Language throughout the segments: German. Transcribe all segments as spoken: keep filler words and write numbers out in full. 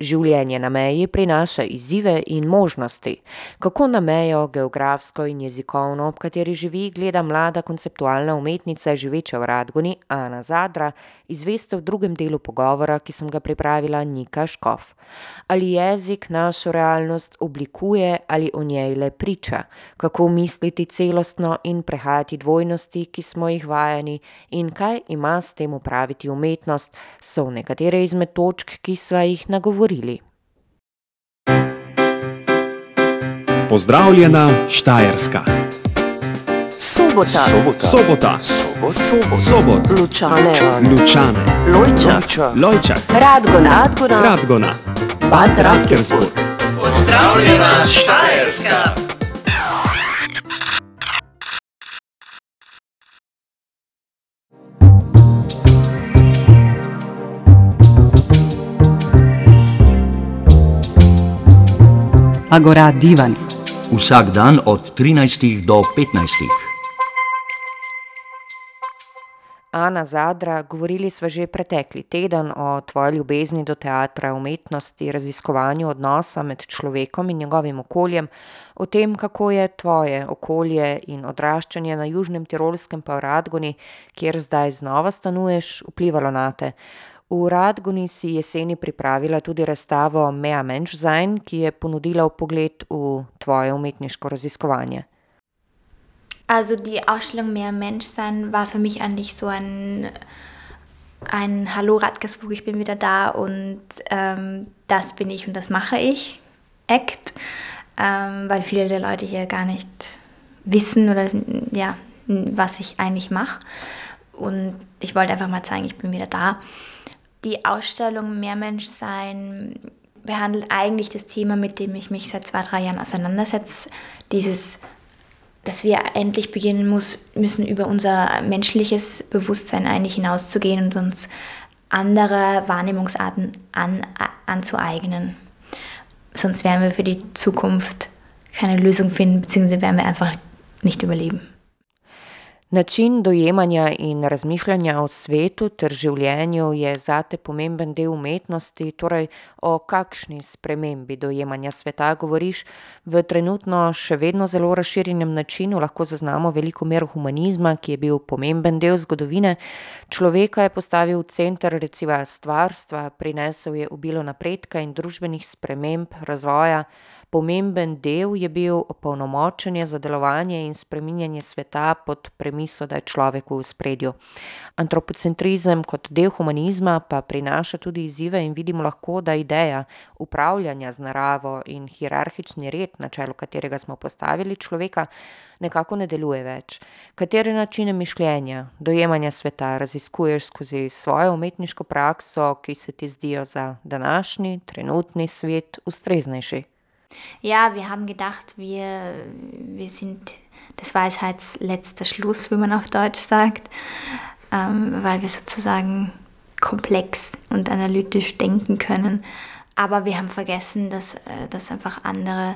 Življenje na meji prinaša izzive in možnosti. Kako na mejo, geografsko in jezikovno, ob kateri živi, gleda mlada konceptualna umetnica živeča v Radgoni Ana Zadra, izveste v drugem delu pogovora, ki sem ga pripravila Nika Škof. Ali jezik našo realnost oblikuje ali o njej le priča? Kako misliti celostno in prehajati dvojnosti, ki smo jih vajeni, in kaj ima s tem opraviti umetnost, so nekatere izmed točk, ki sva jih nagovorili. Pozdravljena Štajerska. Sobota. Sobota. Sobota. Sobot. Sobot. Lučane. Lučane. Lojčak. Lojčak. Radgona. Radgona. Radgona. Bad Radkersburg. Pozdravljena Štajerska. Agora Divan. Vsak dan od trinajstih do petnajstih. Ana Zadra, govorili sva že pretekli teden o tvoji ljubezni do teatra, umetnosti, raziskovanju odnosa med človekom in njegovim okoljem, o tem, kako je tvoje okolje in odraščanje na Južnem Tirolskem pa v Radgoni, kjer zdaj znova stanuješ, vplivalo nate. V Radgoni si jeseni pripravila tudi razstavo Mehr Menschsein, ki je ponudila vpogled v tvoje umetniško raziskovanje. Also die Ausstellung Mehr Menschsein war für mich eigentlich so ein, ein Hallo Radkersburg, ich bin wieder da und ähm, das bin ich und das mache ich, Act, ähm, weil viele der Leute hier gar nicht wissen oder ja, was ich eigentlich mache. Und ich wollte einfach mal zeigen, ich bin wieder da. Die Ausstellung Mehr Menschsein behandelt eigentlich das Thema, mit dem ich mich seit zwei, drei Jahren auseinandersetze. Dieses, dass wir endlich beginnen muss, müssen, über unser menschliches Bewusstsein eigentlich hinauszugehen und uns andere Wahrnehmungsarten an, anzueignen. Sonst werden wir für die Zukunft keine Lösung finden, beziehungsweise werden wir einfach nicht überleben. Način dojemanja in razmišljanja o svetu ter življenju je zate pomemben del umetnosti, torej o kakšni spremembi dojemanja sveta govoriš. V trenutno še vedno zelo razširjenem načinu lahko zaznamo veliko mero humanizma, ki je bil pomemben del zgodovine. Človeka je postavil v center reciva stvarstva, prinesel je obilo napredka in družbenih sprememb, razvoja. Pomemben del je bil opolnomočenje za delovanje in spreminjanje sveta pod premiso, da je človek v ospredju. Antropocentrizem kot del humanizma pa prinaša tudi izzive in vidimo lahko, da ideja upravljanja z naravo in hierarhični red, na čelu katerega smo postavili človeka, nekako ne deluje več. Katere načine mišljenja, dojemanja sveta raziskuješ skozi svojo umetniško prakso, ki se ti zdijo za današnji, trenutni svet ustreznejši? Ja, wir haben gedacht, wir, wir sind des Weisheitsletzter Schluss, wie man auf Deutsch sagt, ähm, weil wir sozusagen komplex und analytisch denken können. Aber wir haben vergessen, dass, äh, dass einfach andere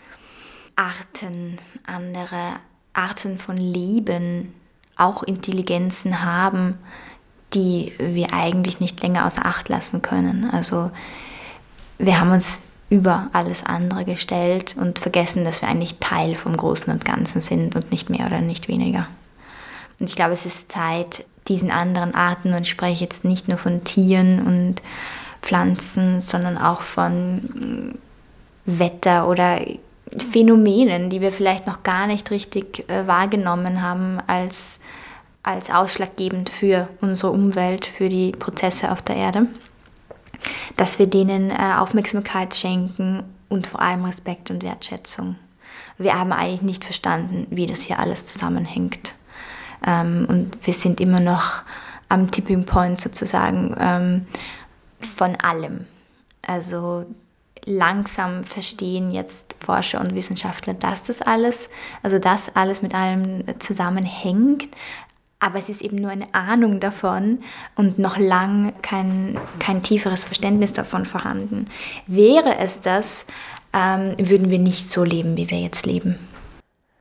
Arten, andere Arten von Leben auch Intelligenzen haben, die wir eigentlich nicht länger außer Acht lassen können. Also wir haben uns über alles andere gestellt und vergessen, dass wir eigentlich Teil vom Großen und Ganzen sind und nicht mehr oder nicht weniger. Und ich glaube, es ist Zeit, diesen anderen Arten, und ich spreche jetzt nicht nur von Tieren und Pflanzen, sondern auch von Wetter oder Phänomenen, die wir vielleicht noch gar nicht richtig äh, wahrgenommen haben als, als ausschlaggebend für unsere Umwelt, für die Prozesse auf der Erde, dass wir denen äh, Aufmerksamkeit schenken und vor allem Respekt und Wertschätzung. Wir haben eigentlich nicht verstanden, wie das hier alles zusammenhängt. Ähm, und wir sind immer noch am Tipping Point sozusagen ähm, von allem. Also langsam verstehen jetzt Forscher und Wissenschaftler, dass das alles, also das alles mit allem zusammenhängt. Aber es ist eben nur eine Ahnung davon und noch lang kein, kein tieferes Verständnis davon vorhanden. Wäre es das, ähm, würden wir nicht so leben, wie wir jetzt leben.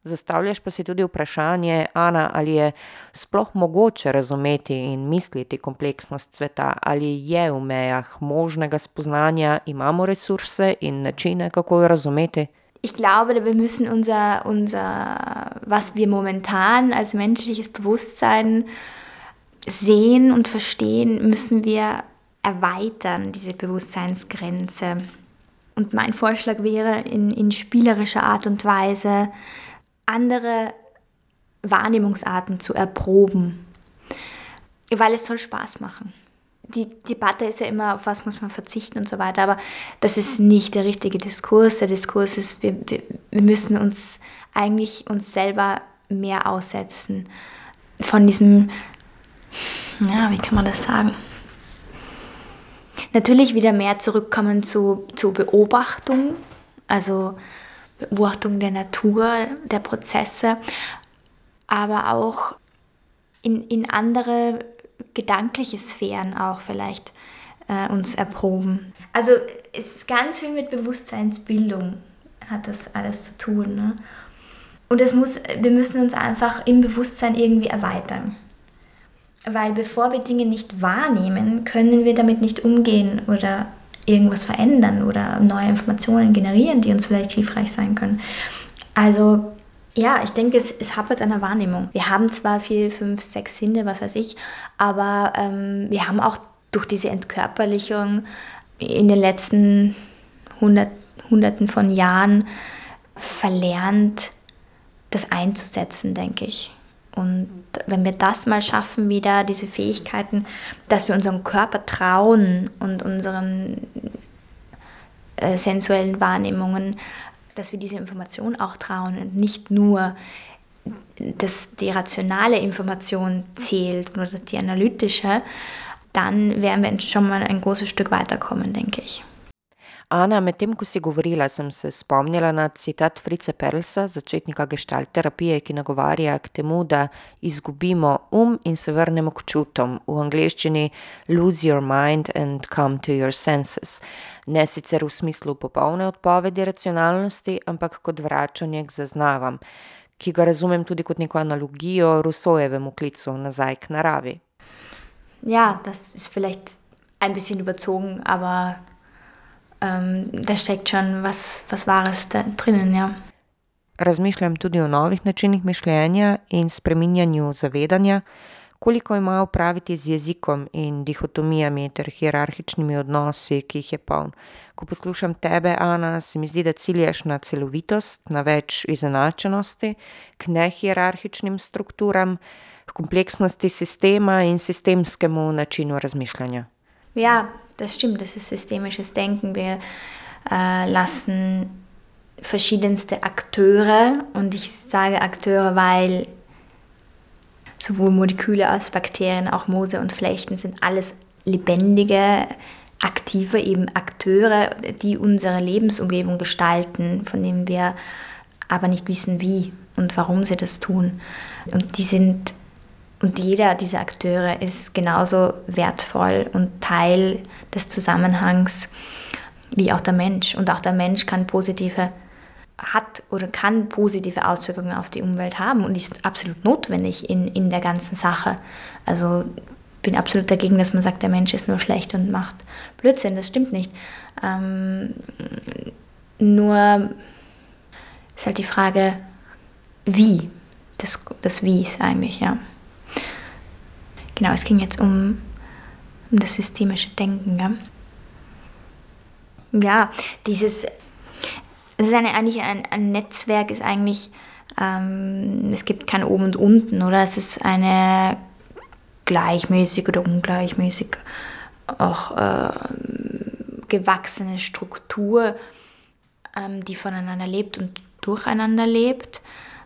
Zastavljaš pa si tudi vprašanje, Ana, ali je sploh mogoče razumeti in misliti kompleksnost sveta, ali je v mejah možnega spoznanja, imamo resurse in načine, kako jo razumeti? Ich glaube, wir müssen unser, unser, was wir momentan als menschliches Bewusstsein sehen und verstehen, müssen wir erweitern, diese Bewusstseinsgrenze. Und mein Vorschlag wäre, in, in spielerischer Art und Weise andere Wahrnehmungsarten zu erproben, weil es soll Spaß machen. Die Debatte ist ja immer, auf was muss man verzichten und so weiter, aber das ist nicht der richtige Diskurs. Der Diskurs ist, wir, wir, wir müssen uns eigentlich uns selber mehr aussetzen von diesem, ja, wie kann man das sagen? Natürlich wieder mehr zurückkommen zu, zu Beobachtung, also Beobachtung der Natur, der Prozesse, aber auch in, in andere gedankliche Sphären auch vielleicht äh, uns erproben. Also es ist ganz viel mit Bewusstseinsbildung, hat das alles zu tun. Ne? Und es muss, wir müssen uns einfach im Bewusstsein irgendwie erweitern. Weil bevor wir Dinge nicht wahrnehmen, können wir damit nicht umgehen oder irgendwas verändern oder neue Informationen generieren, die uns vielleicht hilfreich sein können. Also ja, ich denke, es, es hapert an der Wahrnehmung. Wir haben zwar vier, fünf, sechs Sinne, was weiß ich, aber ähm, wir haben auch durch diese Entkörperlichung in den letzten hundert, Hunderten von Jahren verlernt, das einzusetzen, denke ich. Und wenn wir das mal schaffen, wieder diese Fähigkeiten, dass wir unserem Körper trauen und unseren äh, sensuellen Wahrnehmungen, dass wir diese Information auch trauen und nicht nur, dass die rationale Information zählt oder die analytische, dann werden wir schon mal ein großes Stück weiterkommen, denke ich. Ana, medtem ko si govorila, sem se spomnila na citat Fritza Perlsa, začetnika gestalt terapije, ki nagovarja k temu, da izgubimo um in se vrnemo k čutom, v angleščini lose your mind and come to your senses. Ne sicer v smislu popolne odpovedi racionalnosti, ampak kot vračanje k zaznavam, ki ga razumem tudi kot neko analogijo Rousseauevemu klicu nazaj k naravi. Ja, das ist vielleicht ein bisschen überzogen, aber ähm, da steckt schon was, was Wahres da drinnen, ja. Razmišljam tudi o novih načinih mišljenja in spreminjanju zavedanja, koliko ima opraviti z jezikom in dihotomijami ter hierarhičnimi odnosi, ki jih je poln. Ko poslušam tebe, Ana, se mi zdi, da ciljaš na celovitost, na več izenačenosti, k nehierarhičnim strukturam, k kompleksnosti sistema in sistemskemu načinu razmišljanja. Ja, das stimmt, das ist systemisches Denken. Wir äh, lassen verschiedenste Akteure, und ich sage Akteure, weil sowohl Moleküle als Bakterien, auch Moose und Flechten sind alles lebendige, aktive eben Akteure, die unsere Lebensumgebung gestalten, von denen wir aber nicht wissen, wie und warum sie das tun. Und die sind, und jeder dieser Akteure ist genauso wertvoll und Teil des Zusammenhangs wie auch der Mensch. Und auch der Mensch kann positive hat oder kann positive Auswirkungen auf die Umwelt haben und ist absolut notwendig in, in der ganzen Sache. Also bin absolut dagegen, dass man sagt, der Mensch ist nur schlecht und macht Blödsinn. Das stimmt nicht. Ähm, nur ist halt die Frage, wie. Das, das Wie ist eigentlich, ja. Genau, es ging jetzt um, um das systemische Denken. Ja, ja dieses... Es ist eine, eigentlich ein, ein Netzwerk, ist eigentlich, ähm, es gibt kein Oben und Unten, oder? Es ist eine gleichmäßig oder ungleichmäßig auch äh, gewachsene Struktur, ähm, die voneinander lebt und durcheinander lebt.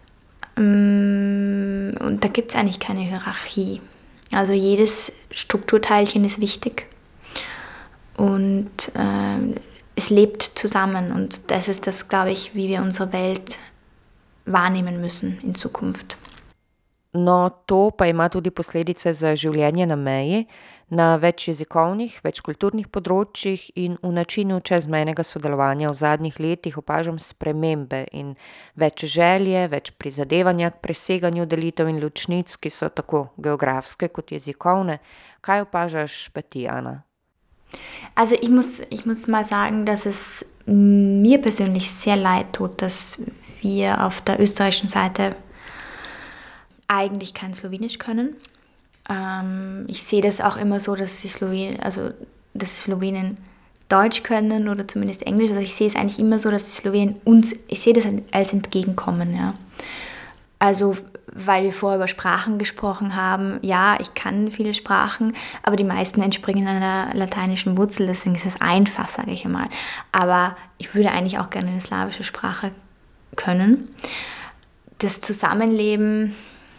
Ähm, und da gibt es eigentlich keine Hierarchie. Also jedes Strukturteilchen ist wichtig. Und äh, es lebt zusammen, und das ist das, glaube ich, wie wir unsere Welt wahrnehmen müssen in Zukunft. No, to pa ima tudi posledice za življenje na meji, na več jezikovnih, več kulturnih področjih in v načinu čezmejnega sodelovanja v zadnjih letih opažam spremembe in več želje, več prizadevanja k preseganju delitev in ločnic, ki so tako geografske kot jezikovne. Kaj opažaš pa ti, Ana? Also ich muss, ich muss mal sagen, dass es mir persönlich sehr leid tut, dass wir auf der österreichischen Seite eigentlich kein Slowenisch können. Ähm, ich sehe das auch immer so, dass die Slowen, also dass die Slowenen Deutsch können oder zumindest Englisch. Also ich sehe es eigentlich immer so, dass die Slowenen uns, ich sehe das als Entgegenkommen, ja. Also weil wir vorher über Sprachen gesprochen haben, ja, ich kann viele Sprachen, aber die meisten entspringen einer lateinischen Wurzel, deswegen ist es einfach, sage ich einmal. Aber ich würde eigentlich auch gerne eine slawische Sprache können. Das Zusammenleben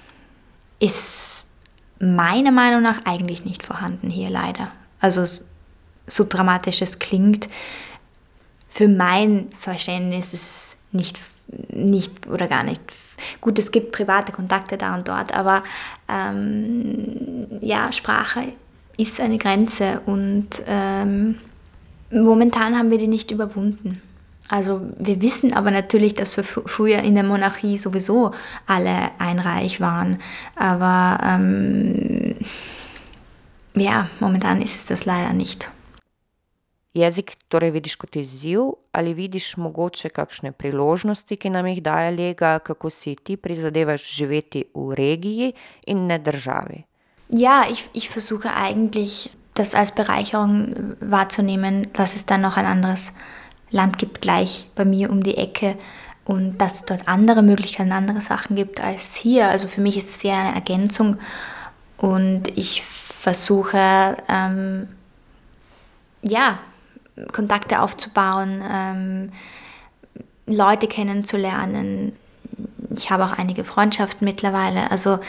ist meiner Meinung nach eigentlich nicht vorhanden hier, leider. Also so dramatisch es klingt, für mein Verständnis ist es nicht, nicht oder gar nicht. Gut, es gibt private Kontakte da und dort, aber ähm, ja, Sprache ist eine Grenze und ähm, momentan haben wir die nicht überwunden. Also wir wissen aber natürlich, dass wir früher in der Monarchie sowieso alle ein Reich waren, aber ähm, ja, momentan ist es das leider nicht. Jezik torej vidiš kot izziv ali vidiš mogoče kakšne priložnosti, ki nam jih daje lega, kako si ti prizadevaš živeti v regiji in ne državi? Ja, ich, ich versuche eigentlich, das als Bereicherung wahrzunehmen, dass es dann noch ein anderes Land gibt, gleich bei mir um die Ecke und dass es dort andere Möglichkeiten, andere Sachen gibt als hier. Also für mich ist es eher eine Ergänzung und ich versuche, ähm, ja, Kontakte aufzubauen, ähm, Leute kennenzulernen. Ich habe auch einige Freundschaften mittlerweile. Also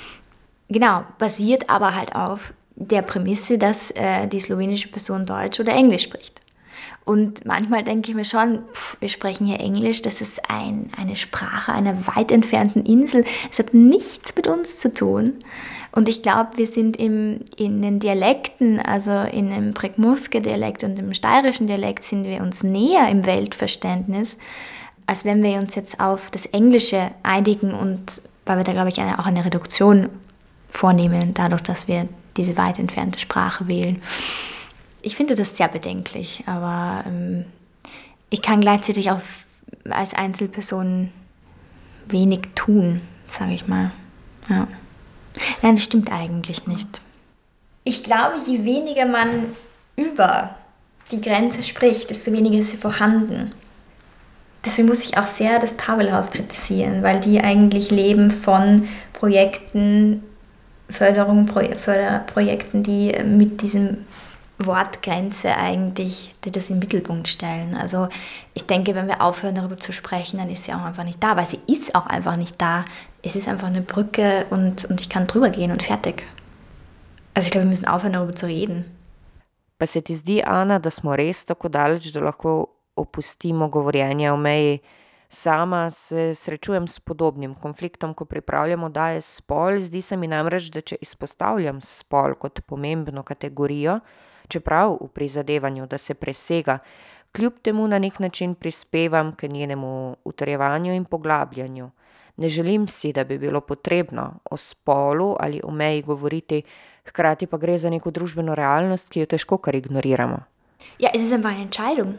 genau, basiert aber halt auf der Prämisse, dass äh, die slowenische Person Deutsch oder Englisch spricht. Und manchmal denke ich mir schon, pff, wir sprechen hier Englisch, das ist ein, eine Sprache einer weit entfernten Insel. Es hat nichts mit uns zu tun. Und ich glaube, wir sind im, in den Dialekten, also in dem Prägmuske-Dialekt und im steirischen Dialekt, sind wir uns näher im Weltverständnis, als wenn wir uns jetzt auf das Englische einigen und weil wir da, glaube ich, eine, auch eine Reduktion vornehmen, dadurch, dass wir diese weit entfernte Sprache wählen. Ich finde das sehr bedenklich, aber ähm, ich kann gleichzeitig auch als Einzelperson wenig tun, sage ich mal. Ja. Nein, das stimmt eigentlich nicht. Ich glaube, je weniger man über die Grenze spricht, desto weniger ist sie vorhanden. Deswegen muss ich auch sehr das Pavelhaus kritisieren, weil die eigentlich leben von Projekten, Förderung, Pro- Förderprojekten, die mit diesem Wort Grenze eigentlich, die das in den Mittelpunkt stellen. Also ich denke, wenn wir aufhören, darüber zu sprechen, dann ist sie auch einfach nicht da, weil sie ist auch einfach nicht da. Es ist einfach eine Brücke und, und ich kann drüber gehen und fertig. Also ich glaube, wir müssen aufhören, darüber zu reden. Pa se ti zdi, Ana, da smo res tako daleč, da lahko opustimo govorjenje o meji? Sama se srečujem s podobnim konfliktom, ko pripravljam oddaje Spol. Zdi se mi namreč, da če izpostavljam spol kot pomembno kategorijo, čeprav v prizadevanju, da se presega, kljub temu na nek način prispevam k njenemu utrjevanju in poglabljanju. Ne želim si, da bi bilo potrebno o spolu ali o meji govoriti, hkrati pa gre za neko družbeno realnost, ki jo težko kar ignoriramo. Ja, es ist einfach eine Entscheidung.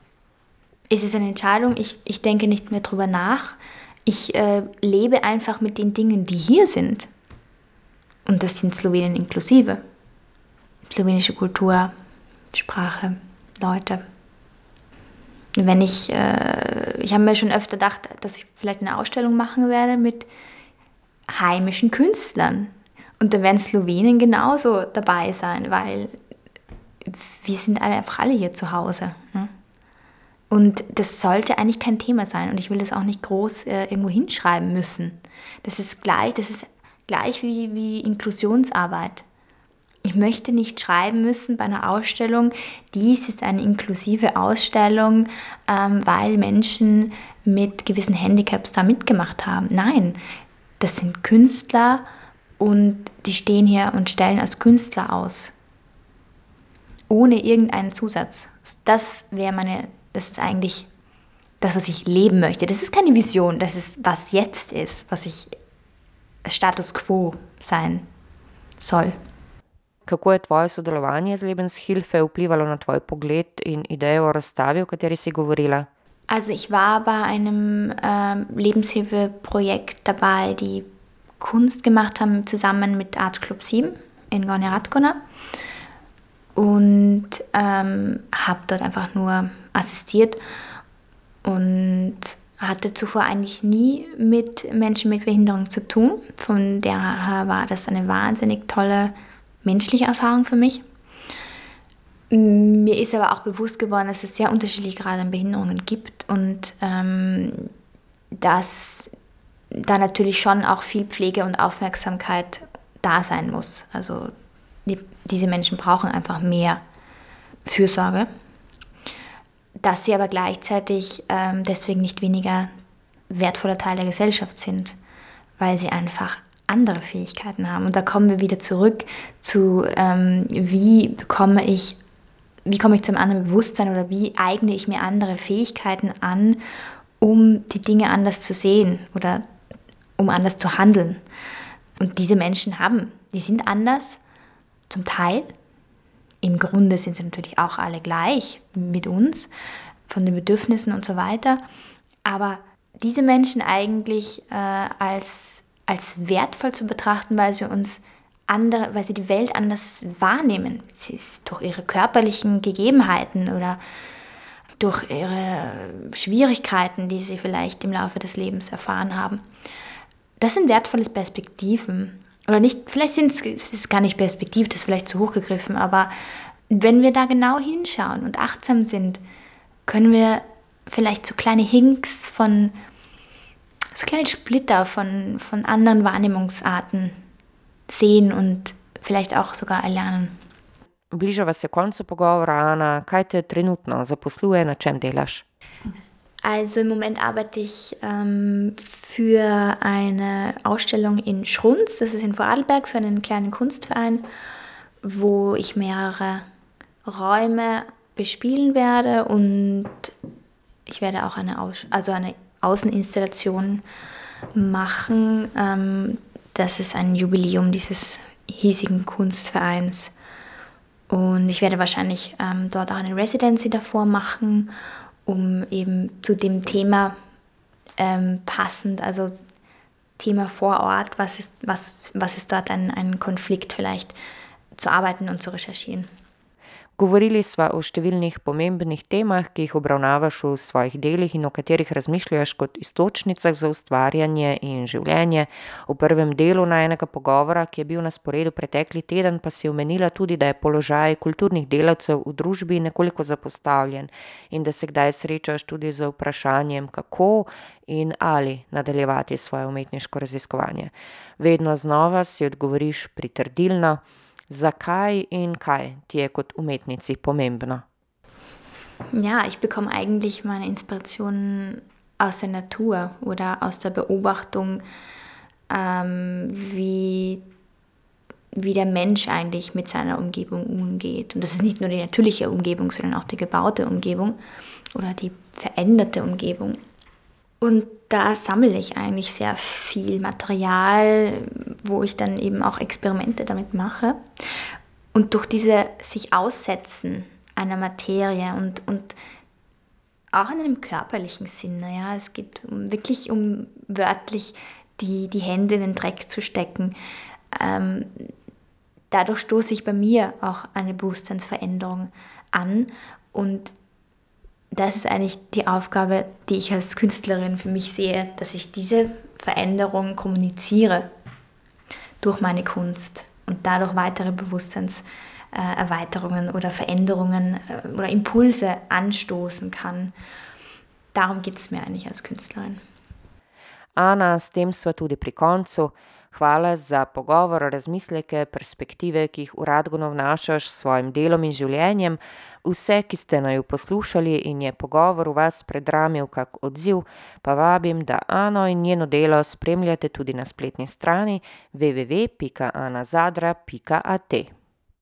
Es ist eine Entscheidung, ich, ich denke nicht mehr drüber nach. Ich äh, lebe einfach mit den Dingen, die hier sind. Und das sind Slowenen inklusive. Slowenische Kultur, Sprache, Leute. Wenn ich, äh, ich habe mir schon öfter gedacht, dass ich vielleicht eine Ausstellung machen werde mit heimischen Künstlern. Und da werden Slowenen genauso dabei sein, weil wir sind alle einfach alle hier zu Hause. Ne? Und das sollte eigentlich kein Thema sein. Und ich will das auch nicht groß äh, irgendwo hinschreiben müssen. Das ist gleich, das ist gleich wie, wie Inklusionsarbeit. Ich möchte nicht schreiben müssen bei einer Ausstellung, dies ist eine inklusive Ausstellung, ähm, weil Menschen mit gewissen Handicaps da mitgemacht haben. Nein, das sind Künstler und die stehen hier und stellen als Künstler aus. Ohne irgendeinen Zusatz. Das wäre meine, das ist eigentlich das, was ich leben möchte. Das ist keine Vision, das ist, was jetzt ist, was ich Status quo sein soll. Kako je tvoje sodelovanje z Lebenshilfe vplivalo na tvoj pogled in idejo o razstavi, o kateri si govorila? Also ich war bei einem ähm, Lebenshilfeprojekt dabei, die Kunst gemacht haben, zusammen mit Art Club sieben in Gornja Radgona. Und ähm, habe dort einfach nur assistiert und hatte zuvor eigentlich nie mit Menschen mit Behinderung zu tun. Von daher war das eine wahnsinnig tolle menschliche Erfahrung für mich. Mir ist aber auch bewusst geworden, dass es sehr unterschiedliche Grade an Behinderungen gibt und ähm, dass da natürlich schon auch viel Pflege und Aufmerksamkeit da sein muss. Also die, diese Menschen brauchen einfach mehr Fürsorge. Dass sie aber gleichzeitig ähm, deswegen nicht weniger wertvoller Teil der Gesellschaft sind, weil sie einfach andere Fähigkeiten haben. Und da kommen wir wieder zurück zu, ähm, wie bekomme ich, wie komme ich zum anderen Bewusstsein oder wie eigne ich mir andere Fähigkeiten an, um die Dinge anders zu sehen oder um anders zu handeln. Und diese Menschen haben, die sind anders, zum Teil. Im Grunde sind sie natürlich auch alle gleich mit uns, von den Bedürfnissen und so weiter. Aber diese Menschen eigentlich äh, als, als wertvoll zu betrachten, weil sie uns andere, weil sie die Welt anders wahrnehmen, sie ist durch ihre körperlichen Gegebenheiten oder durch ihre Schwierigkeiten, die sie vielleicht im Laufe des Lebens erfahren haben. Das sind wertvolle Perspektiven. Oder nicht, vielleicht sind es, es ist gar nicht Perspektiv, das ist vielleicht zu hoch gegriffen, aber wenn wir da genau hinschauen und achtsam sind, können wir vielleicht so kleine Hinks von, so kleine Splitter von, von anderen Wahrnehmungsarten sehen und vielleicht auch sogar erlernen. Bližava se koncu pogovora, Ana, kaj te trenutno zaposluje, na čem delaš? Also im Moment arbeite ich ähm, für eine Ausstellung in Schrunz, das ist in Vorarlberg, für einen kleinen Kunstverein, wo ich mehrere Räume bespielen werde und ich werde auch eine, Aus- also eine Außeninstallation machen. Ähm, das ist ein Jubiläum dieses hiesigen Kunstvereins und ich werde wahrscheinlich ähm, dort auch eine Residency davor machen, um eben zu dem Thema ähm, passend, also Thema vor Ort, was ist, was, was ist dort ein, ein Konflikt vielleicht zu arbeiten und zu recherchieren. Govorili sva o številnih pomembnih temah, ki jih obravnavaš v svojih delih in o katerih razmišljaš kot iztočnicah za ustvarjanje in življenje. V prvem delu najinega pogovora, ki je bil na sporedu pretekli teden, pa si omenila tudi, da je položaj kulturnih delavcev v družbi nekoliko zapostavljen in da se kdaj srečaš tudi z vprašanjem, kako in ali nadaljevati svoje umetniško raziskovanje. Vedno znova si odgovoriš pritrdilno. Zakaj in kaj ti je kot umetnici pomembno? Ja, ich bekomme eigentlich meine Inspirationen aus der Natur oder aus der Beobachtung, ähm, wie, wie der Mensch eigentlich mit seiner Umgebung umgeht. Und das ist nicht nur die natürliche Umgebung, sondern auch die gebaute Umgebung oder die veränderte Umgebung. Und da sammle ich eigentlich sehr viel Material, wo ich dann eben auch Experimente damit mache. Und durch diese sich aussetzen einer Materie und, und auch in einem körperlichen Sinne, ja, es geht um, wirklich um wörtlich die, die Hände in den Dreck zu stecken. Ähm, dadurch stoße ich bei mir auch eine Bewusstseinsveränderung an und das ist eigentlich die Aufgabe, die ich als Künstlerin für mich sehe, dass ich diese Veränderung kommuniziere durch meine Kunst und dadurch weitere Bewusstseinserweiterungen oder Veränderungen oder Impulse anstoßen kann. Darum geht es mir eigentlich als Künstlerin. Ana, s tem sva tudi pri koncu. Hvala za pogovor, razmisleke, perspektive, ki jih v Radgonu vnašaš s svojim delom in življenjem. Vse, ki ste naju poslušali in je pogovor v vas predramil kak odziv, pa vabim, da Ano in njeno delo spremljate tudi na spletni strani w w w pika ana zadra pika a t.